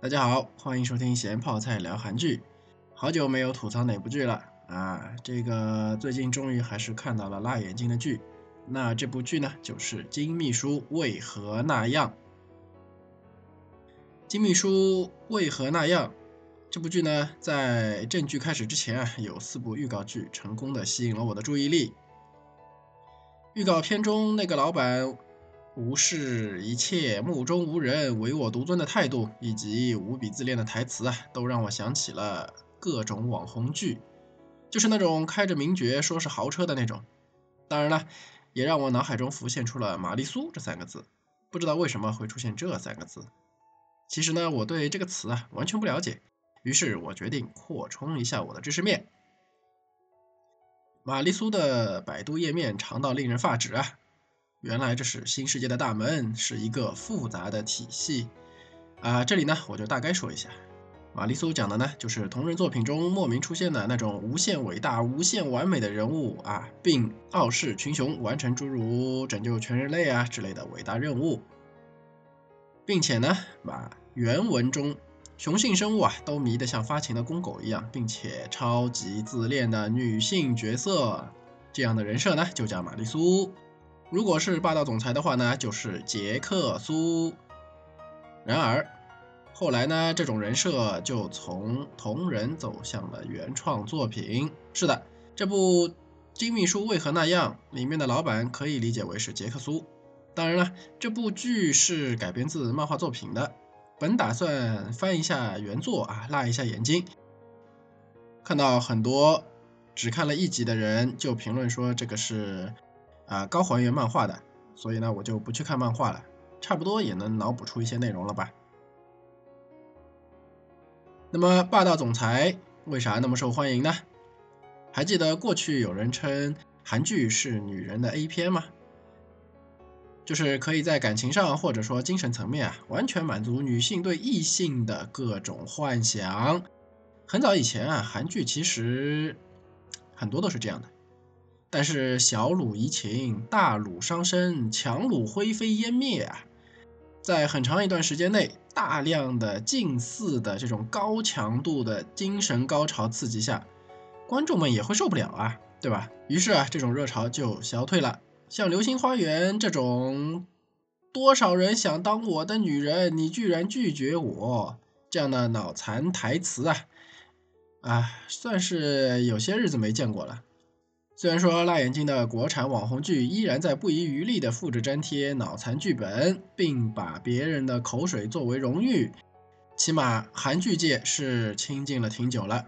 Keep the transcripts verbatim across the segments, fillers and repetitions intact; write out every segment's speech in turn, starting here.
大家好，欢迎收听咸泡菜聊韩剧。好久没有吐槽哪部剧了啊！这个最近终于还是看到了辣眼睛的剧。那这部剧呢，就是《金秘书为何那样》。《金秘书为何那样》这部剧呢，在正剧开始之前啊，有四部预告剧成功的吸引了我的注意力。预告片中那个老板无视一切、目中无人、唯我独尊的态度，以及无比自恋的台词啊，都让我想起了各种网红剧，就是那种开着名爵说是豪车的那种。当然了，也让我脑海中浮现出了玛丽苏这三个字，不知道为什么会出现这三个字。其实呢，我对这个词啊完全不了解，于是我决定扩充一下我的知识面。玛丽苏的百度页面长到令人发指啊！原来这是新世界的大门，是一个复杂的体系啊。这里呢，我就大概说一下，玛丽苏讲的呢，就是同人作品中莫名出现的那种无限伟大、无限完美的人物啊，并傲视群雄，完成诸如拯救全人类啊之类的伟大任务，并且呢，把原文中雄性生物啊都迷得像发情的公狗一样，并且超级自恋的女性角色，这样的人设呢，就叫玛丽苏。如果是霸道总裁的话呢，就是杰克苏。然而，后来呢，这种人设就从同人走向了原创作品。是的，这部《金秘书为何那样》里面的老板可以理解为是杰克苏。当然了，这部剧是改编自漫画作品的，本打算翻一下原作啊，辣一下眼睛。看到很多只看了一集的人就评论说这个是啊、呃、高还原漫画的，所以呢我就不去看漫画了，差不多也能脑补出一些内容了吧。那么霸道总裁为啥那么受欢迎呢？还记得过去有人称韩剧是女人的 A 片吗？就是可以在感情上或者说精神层面啊，完全满足女性对异性的各种幻想。很早以前啊，韩剧其实很多都是这样的。但是小鲁怡情，大鲁伤身，强弩灰飞烟灭啊！在很长一段时间内，大量的近似的这种高强度的精神高潮刺激下，观众们也会受不了啊，对吧？于是啊，这种热潮就消退了。像《流星花园》这种多少人想当我的女人，你居然拒绝我这样的脑残台词啊，啊，算是有些日子没见过了。虽然说辣眼睛的国产网红剧依然在不遗余力地复制粘贴脑残剧本，并把别人的口水作为荣誉，起码韩剧界是清静了挺久了。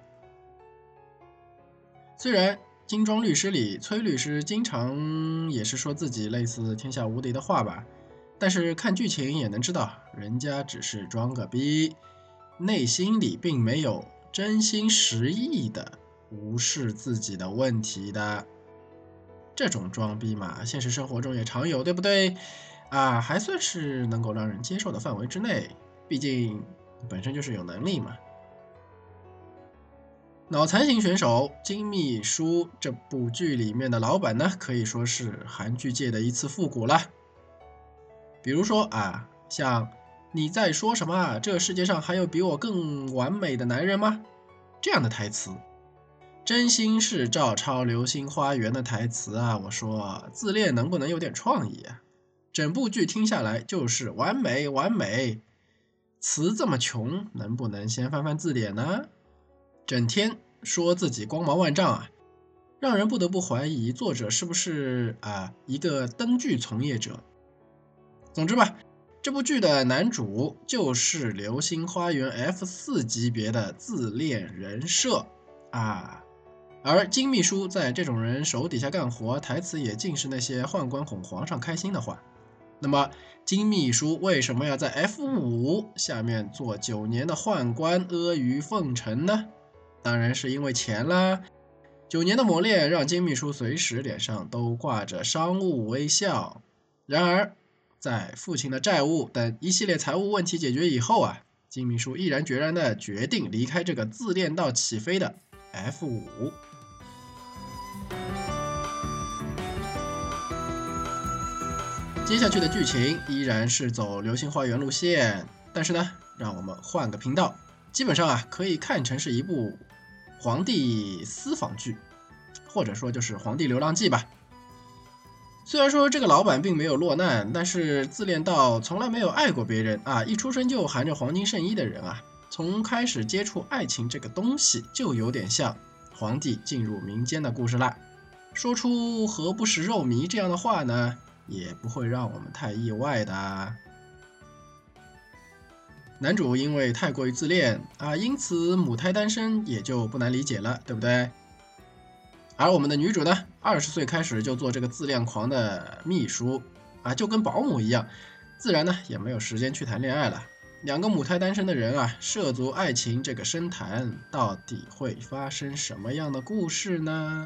虽然《精装律师》里崔律师经常也是说自己类似天下无敌的话吧，但是看剧情也能知道，人家只是装个逼，内心里并没有真心实意的无视自己的问题的。这种装逼嘛，现实生活中也常有，对不对？啊，还算是能够让人接受的范围之内，毕竟本身就是有能力嘛。脑残型选手金秘书这部剧里面的老板呢，可以说是韩剧界的一次复古了。比如说啊，像你在说什么？这世界上还有比我更完美的男人吗？这样的台词。真心是照抄《流星花园》的台词啊！我说自恋能不能有点创意啊？整部剧听下来就是完美完美，词这么穷，能不能先翻翻字典呢？整天说自己光芒万丈啊，让人不得不怀疑作者是不是啊一个灯剧从业者。总之吧，这部剧的男主就是《流星花园》F 四 级别的自恋人设啊。而金秘书在这种人手底下干活，台词也尽是那些宦官哄皇上开心的话。那么金秘书为什么要在 F 五 下面做九年的宦官阿谀奉承呢？当然是因为钱啦。九年的磨练让金秘书随时脸上都挂着商务微笑。然而在父亲的债务等一系列财务问题解决以后啊，金秘书毅然决然地决定离开这个自恋到起飞的 F 五。接下去的剧情依然是走流星花园路线，但是呢， 让我们换个频道，基本上啊可以看成是一部皇帝私访剧，或者说就是皇帝流浪记吧。虽然说这个老板并没有落难，但是自恋到从来没有爱过别人啊，一出生就含着黄金圣衣的人啊，从开始接触爱情这个东西，就有点像皇帝进入民间的故事啦。说出何不食肉糜这样的话呢，也不会让我们太意外的。男主因为太过于自恋啊，因此母胎单身也就不难理解了，对不对？而我们的女主呢，二十岁开始就做这个自恋狂的秘书啊，就跟保姆一样，自然呢也没有时间去谈恋爱了。两个母胎单身的人啊，涉足爱情这个深潭，到底会发生什么样的故事呢？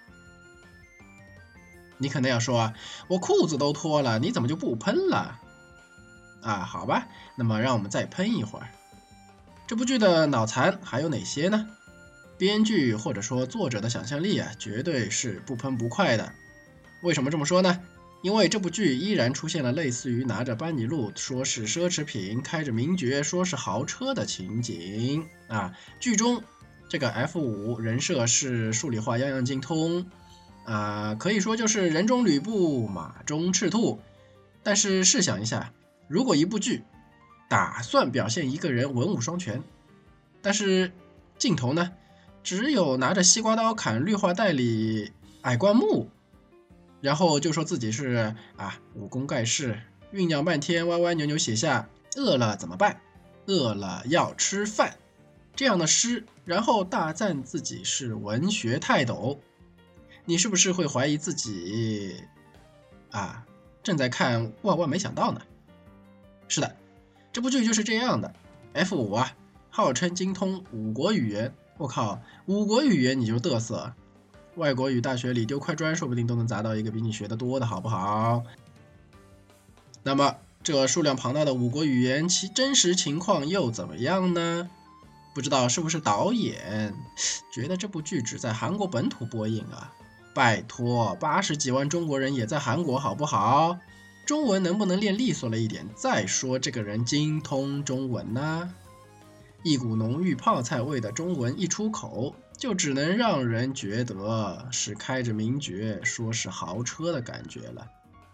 你可能要说啊，我裤子都脱了，你怎么就不喷了？啊，好吧，那么让我们再喷一会儿。这部剧的脑残还有哪些呢？编剧或者说作者的想象力啊，绝对是不喷不快的。为什么这么说呢？因为这部剧依然出现了类似于拿着班尼路说是奢侈品，开着名爵说是豪车的情景啊。剧中这个 F 五 人设是数理化样样精通啊，可以说就是人中吕布，马中赤兔。但是试想一下，如果一部剧打算表现一个人文武双全，但是镜头呢，只有拿着西瓜刀砍绿化带里矮灌木，然后就说自己是啊武功盖世，酝酿半天歪歪扭扭写下饿了怎么办？饿了要吃饭这样的诗，然后大赞自己是文学泰斗，你是不是会怀疑自己啊正在看万万没想到呢？是的，这部剧就是这样的。 F 五 啊，号称精通五国语言，我靠，五国语言你就嘚瑟，外国语大学里丢块砖说不定都能砸到一个比你学得多的好不好？那么这数量庞大的五国语言其真实情况又怎么样呢？不知道是不是导演觉得这部剧只在韩国本土播映啊？拜托，八十几万中国人也在韩国好不好？中文能不能练利索了一点？再说这个人精通中文呢？一股浓郁泡菜味的中文一出口，就只能让人觉得是开着名爵说是豪车的感觉了。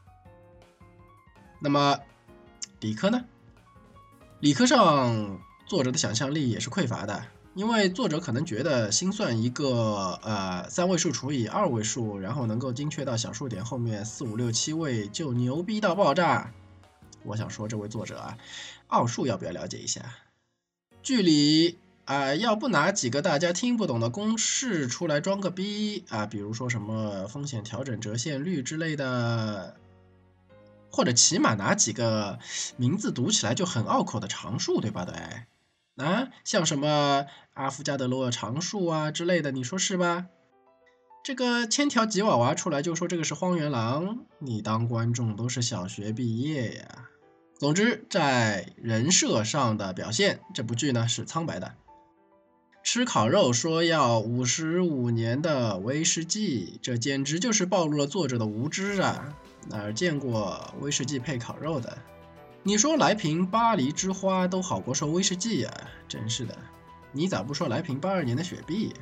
那么理科呢？理科上作者的想象力也是匮乏的，因为作者可能觉得心算一个呃三位数除以二位数，然后能够精确到小数点后面四五六七位就牛逼到爆炸。我想说这位作者啊，奥数要不要了解一下？剧里啊、呃，要不拿几个大家听不懂的公式出来装个逼啊，比如说什么风险调整折现率之类的，或者起码拿几个名字读起来就很拗口的常数，对吧？对。啊，像什么阿夫加德罗尔常数啊之类的，你说是吧？这个千条吉娃娃出来就说这个是荒原狼，你当观众都是小学毕业呀。总之，在人设上的表现，这部剧呢是苍白的。吃烤肉说要五十五年的威士忌，这简直就是暴露了作者的无知啊！哪儿见过威士忌配烤肉的？你说来瓶巴黎之花都好过说威士忌啊，真是的，你咋不说来瓶八二年的雪碧？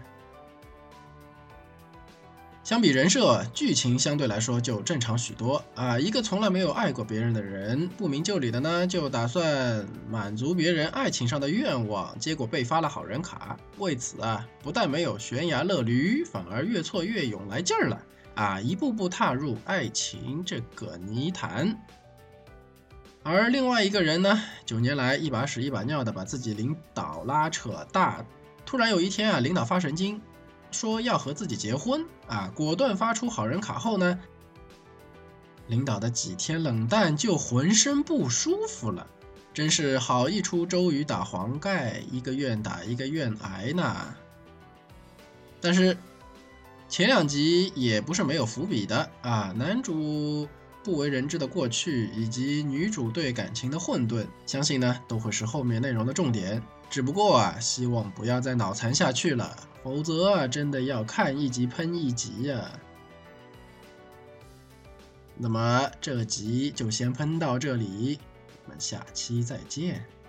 相比人设，剧情相对来说就正常许多啊。一个从来没有爱过别人的人，不明就里的呢，就打算满足别人爱情上的愿望，结果被发了好人卡，为此啊，不但没有悬崖勒驴，反而越挫越勇来劲儿了啊，一步步踏入爱情这个泥潭。而另外一个人呢，九年来一把屎一把尿的把自己领导拉扯大，突然有一天啊，领导发神经，说要和自己结婚啊，果断发出好人卡后呢，领导的几天冷淡就浑身不舒服了，真是好一出周瑜打黄盖，一个愿打一个愿挨呢。但是前两集也不是没有伏笔的啊，男主不为人知的过去，以及女主对感情的混沌，相信呢都会是后面内容的重点。只不过啊，希望不要再脑残下去了，否则啊，真的要看一集喷一集呀、啊。那么这集就先喷到这里，我们下期再见。